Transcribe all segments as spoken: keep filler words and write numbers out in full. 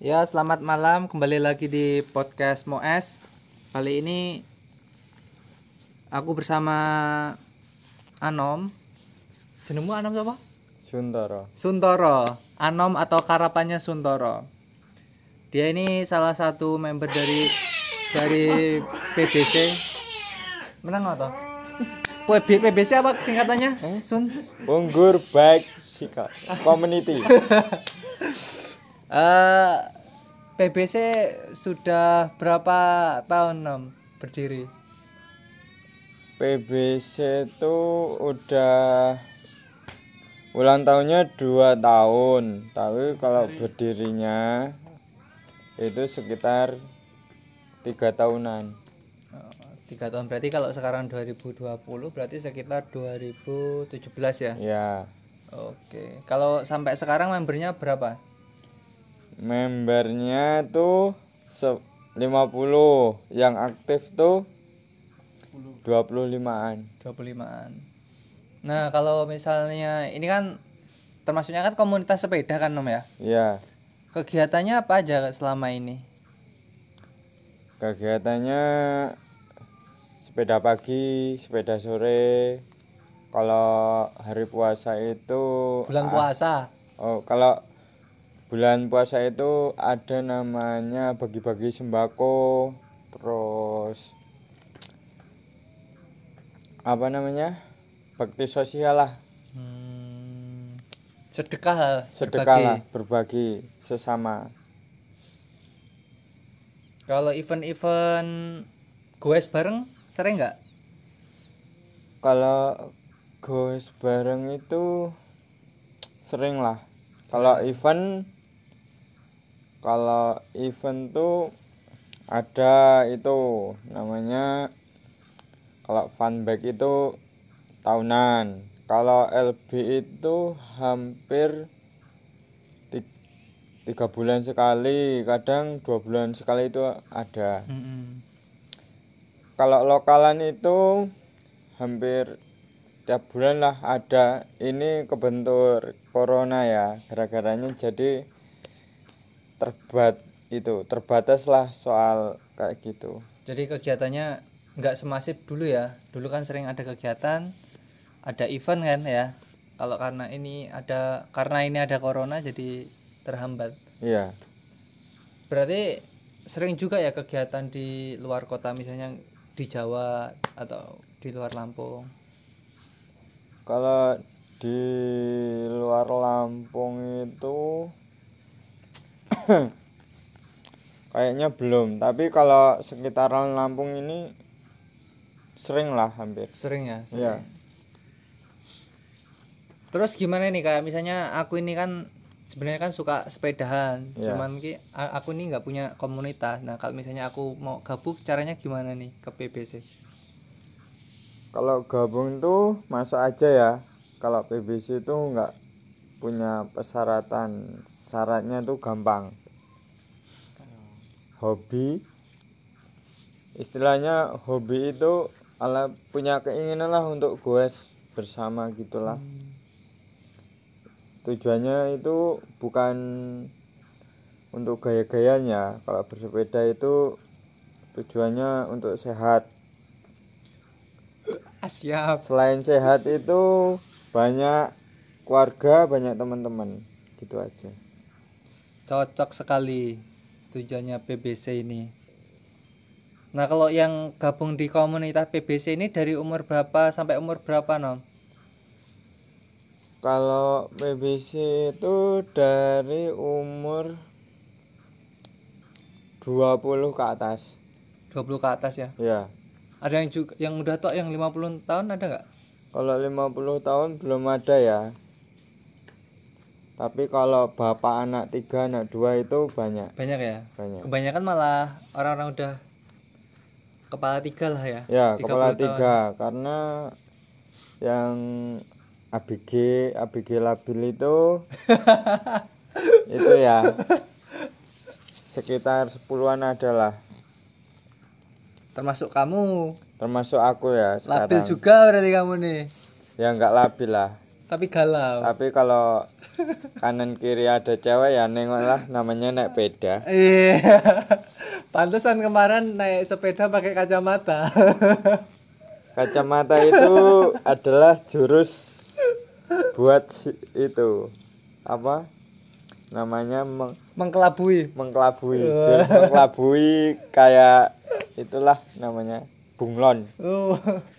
Ya, selamat malam. Kembali lagi di podcast Moes. Kali ini aku bersama Anom. Jenengmu Anom siapa? Suntoro. Suntoro. Anom atau karapannya Suntoro. Dia ini salah satu member dari dari P B C. Menang atau? P B C apa singkatannya? Eh? Sun. Unggur Bike Sika Community. Eh P B C sudah berapa tahun Nom berdiri? P B C itu udah ulang tahunnya dua tahun, tapi kalau berdirinya itu sekitar tiga tahunan. Tiga tahun berarti kalau sekarang dua ribu dua puluh berarti sekitar dua ribu tujuh belas ya? Ya. Oke. Kalau sampai sekarang membernya berapa? Membernya tuh lima puluh, yang aktif tuh dua puluh limaan. dua puluh limaan. Nah, kalau misalnya ini kan termasuknya kan komunitas sepeda kan Nom ya? Ya. Kegiatannya apa aja selama ini? Kegiatannya sepeda pagi, sepeda sore. Kalau hari puasa itu Bulan puasa. Oh, kalau bulan puasa itu ada namanya bagi-bagi sembako, terus apa namanya? Bakti sosial lah. Hmm, sedekah lah, Sedekah berbagi. lah, berbagi sesama. Kalau event-event goes bareng sering nggak? Kalau goes bareng itu sering lah. Kalau event kalau event tuh ada itu namanya, kalau fun bike itu tahunan. Kalau L B itu hampir tiga bulan sekali, kadang dua bulan sekali itu ada. Mm-hmm. Kalau lokalan itu hampir tiap bulan lah ada. Ini kebentur corona ya, gara-garanya jadi terbat itu terbatas lah soal kayak gitu. Jadi kegiatannya nggak semasif dulu ya. Dulu kan sering ada kegiatan, ada event kan ya. Kalau karena ini ada karena ini ada corona jadi terhambat. Iya. Berarti sering juga ya kegiatan di luar kota, misalnya di Jawa atau di luar Lampung. Kalau di luar Lampung itu kayaknya belum, tapi kalau sekitaran Lampung ini sering lah hampir. Sering ya? Sering. Iya. Terus gimana nih, kayak misalnya aku ini kan sebenarnya kan suka sepedahan, Ya. cuman ki aku ini nggak punya komunitas. Nah kalau misalnya aku mau gabung, caranya gimana nih ke P B C? Kalau gabung tuh masuk aja ya. Kalau P B C itu nggak punya persyaratan, syaratnya tuh gampang. Hobi, istilahnya hobi itu ala punya keinginan lah untuk goes bersama gitulah. Hmm. Tujuannya itu bukan untuk gaya-gayanya. Kalau bersepeda itu tujuannya untuk sehat. Siap. Selain sehat itu banyak keluarga, banyak teman-teman, gitu aja. Cocok sekali tujuannya P B C ini. Nah kalau yang gabung di komunitas P B C ini dari umur berapa sampai umur berapa Nom? Kalau P B C itu dari umur dua puluh ke atas. dua puluh ke atas ya? Iya. Ada yang juga yang udah tok yang lima puluh tahun ada nggak? Kalau lima puluh tahun belum ada ya. Tapi kalau bapak anak tiga, anak dua itu banyak. Banyak ya? Banyak. Kebanyakan malah orang-orang udah kepala tiga lah ya? Ya, kepala tiga. Karena yang A B G, A B G labil itu itu ya sekitar sepuluhan adalah. Termasuk kamu. Termasuk aku ya sekarang. Labil juga berarti kamu nih. Ya enggak labil lah. Tapi galau. Tapi kalau kanan kiri ada cewek ya nengok lah, namanya naik sepeda. Iya. Pantesan kemarin naik sepeda pakai kacamata. Kacamata itu adalah jurus buat si- itu apa namanya meng- Mengkelabui. mengkelabui jurus mengkelabui kayak itulah namanya bunglon. Oh.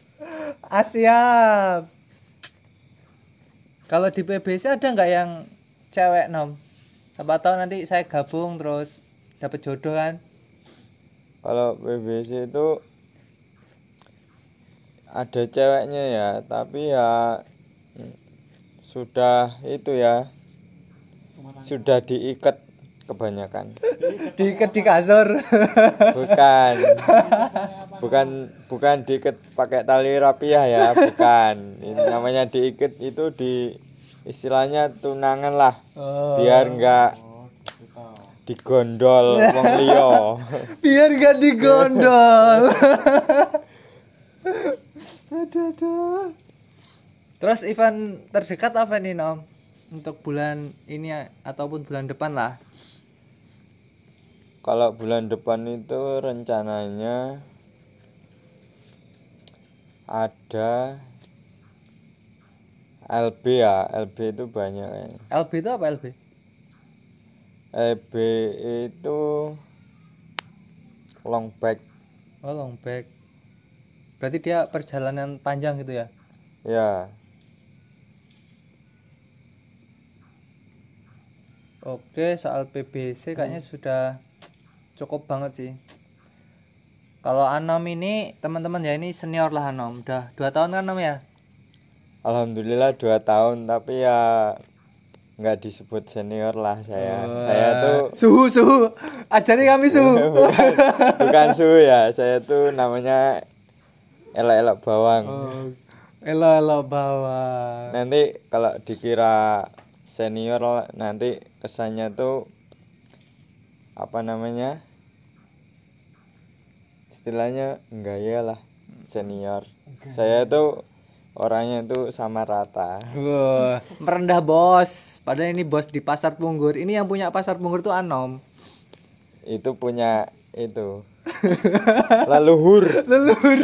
Asyap. Kalau di P B C ada nggak yang cewek nom? Siapa tahu nanti saya gabung terus dapat jodoh kan? Kalau P B C itu ada ceweknya ya, tapi ya mm, sudah itu ya, sudah diikat kebanyakan. Diikat di kasur. Bukan, bukan, bukan diikat pakai tali rapiah ya, bukan. Ini namanya diikat itu di istilahnya tunangan lah, Oh. biar enggak digondol wong liya. Biar gak digondol. Aduh, aduh. Terus event terdekat apa nih nom? Untuk bulan ini ataupun bulan depan lah. Kalau bulan depan itu rencananya ada L B ya, L B itu banyak kayaknya. L B itu apa L B? L B itu long back Oh, long back. Berarti dia perjalanan panjang gitu ya? ya. Oke, soal P B C kayaknya sudah cukup banget sih. Kalau Anom ini teman-teman ya ini senior lah Anom. Udah dua tahun kan Anom ya? Alhamdulillah dua tahun, tapi ya nggak disebut senior lah saya. Saya tuh Suhu, suhu. Ajari kami suhu. bukan, bukan suhu ya. Saya tuh namanya elok-elok bawang. Oh, elo-elo bawah. Nanti kalau dikira senior nanti kesannya tuh apa namanya, istilahnya enggak ya lah senior. Saya tuh orangnya tuh sama rata. Wah, merendah bos. Padahal ini bos di Pasar Punggur. Ini yang punya Pasar Punggur tuh Anom. Itu punya itu leluhur. Leluhur.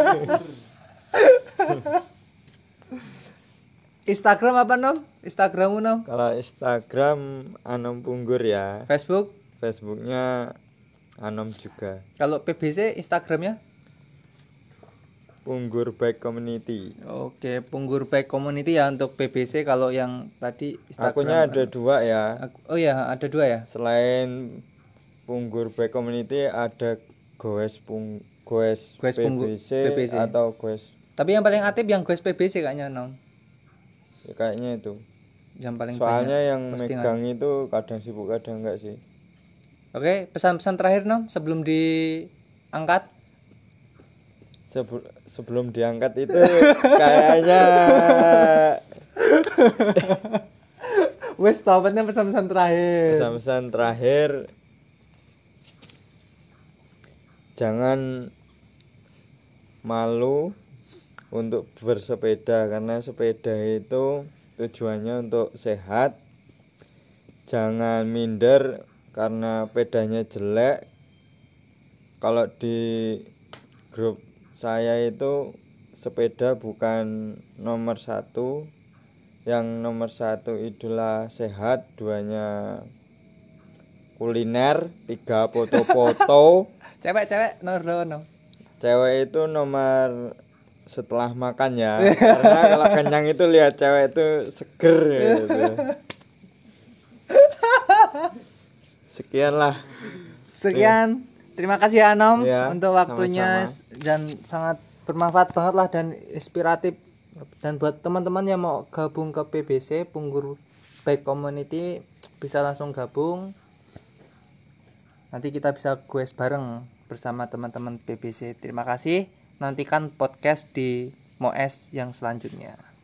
Instagram apa Nom? Instagrammu Nom? Kalau Instagram Anom Punggur ya. Facebook? Facebooknya Anom juga. Kalau P B C Instagramnya? Punggur Bike Community. Oke, Punggur Bike Community ya untuk P B C. Kalau yang tadi Instagram. Akunnya ada dua ya. Aku- Oh ya, ada dua ya. Selain Punggur Bike Community ada Goes Pung Goes, Goes Punggur- P B C, P B C. atau Goes Tapi yang paling aktif yang Goes P B C kayaknya Nom. ya, kayaknya itu. Yang paling Soalnya banyak yang postingan. megang itu kadang sibuk kadang enggak sih. Oke, pesan-pesan terakhir Nom sebelum diangkat. Sebel- sebelum diangkat itu kayaknya Wes topetnya pesan-pesan terakhir. pesan-pesan terakhir, jangan malu untuk bersepeda karena sepeda itu tujuannya untuk sehat. Jangan minder karena pedanya jelek. Kalau di grup saya itu sepeda bukan nomor satu, yang nomor satu itulah sehat, duanya kuliner, tiga foto-foto. Cewek-cewek nomor Nom. Cewek itu nomor setelah makan ya, karena kalau kenyang itu lihat cewek itu seger gitu. Sekian lah. Sekian. Terima kasih ya Anom Ya, untuk waktunya sama-sama. dan sangat bermanfaat banget lah dan inspiratif. Dan buat teman-teman yang mau gabung ke P B C Punggur Bike Community bisa langsung gabung. Nanti kita bisa quest bareng bersama teman-teman P B C. Terima kasih. Nantikan podcast di Moes yang selanjutnya.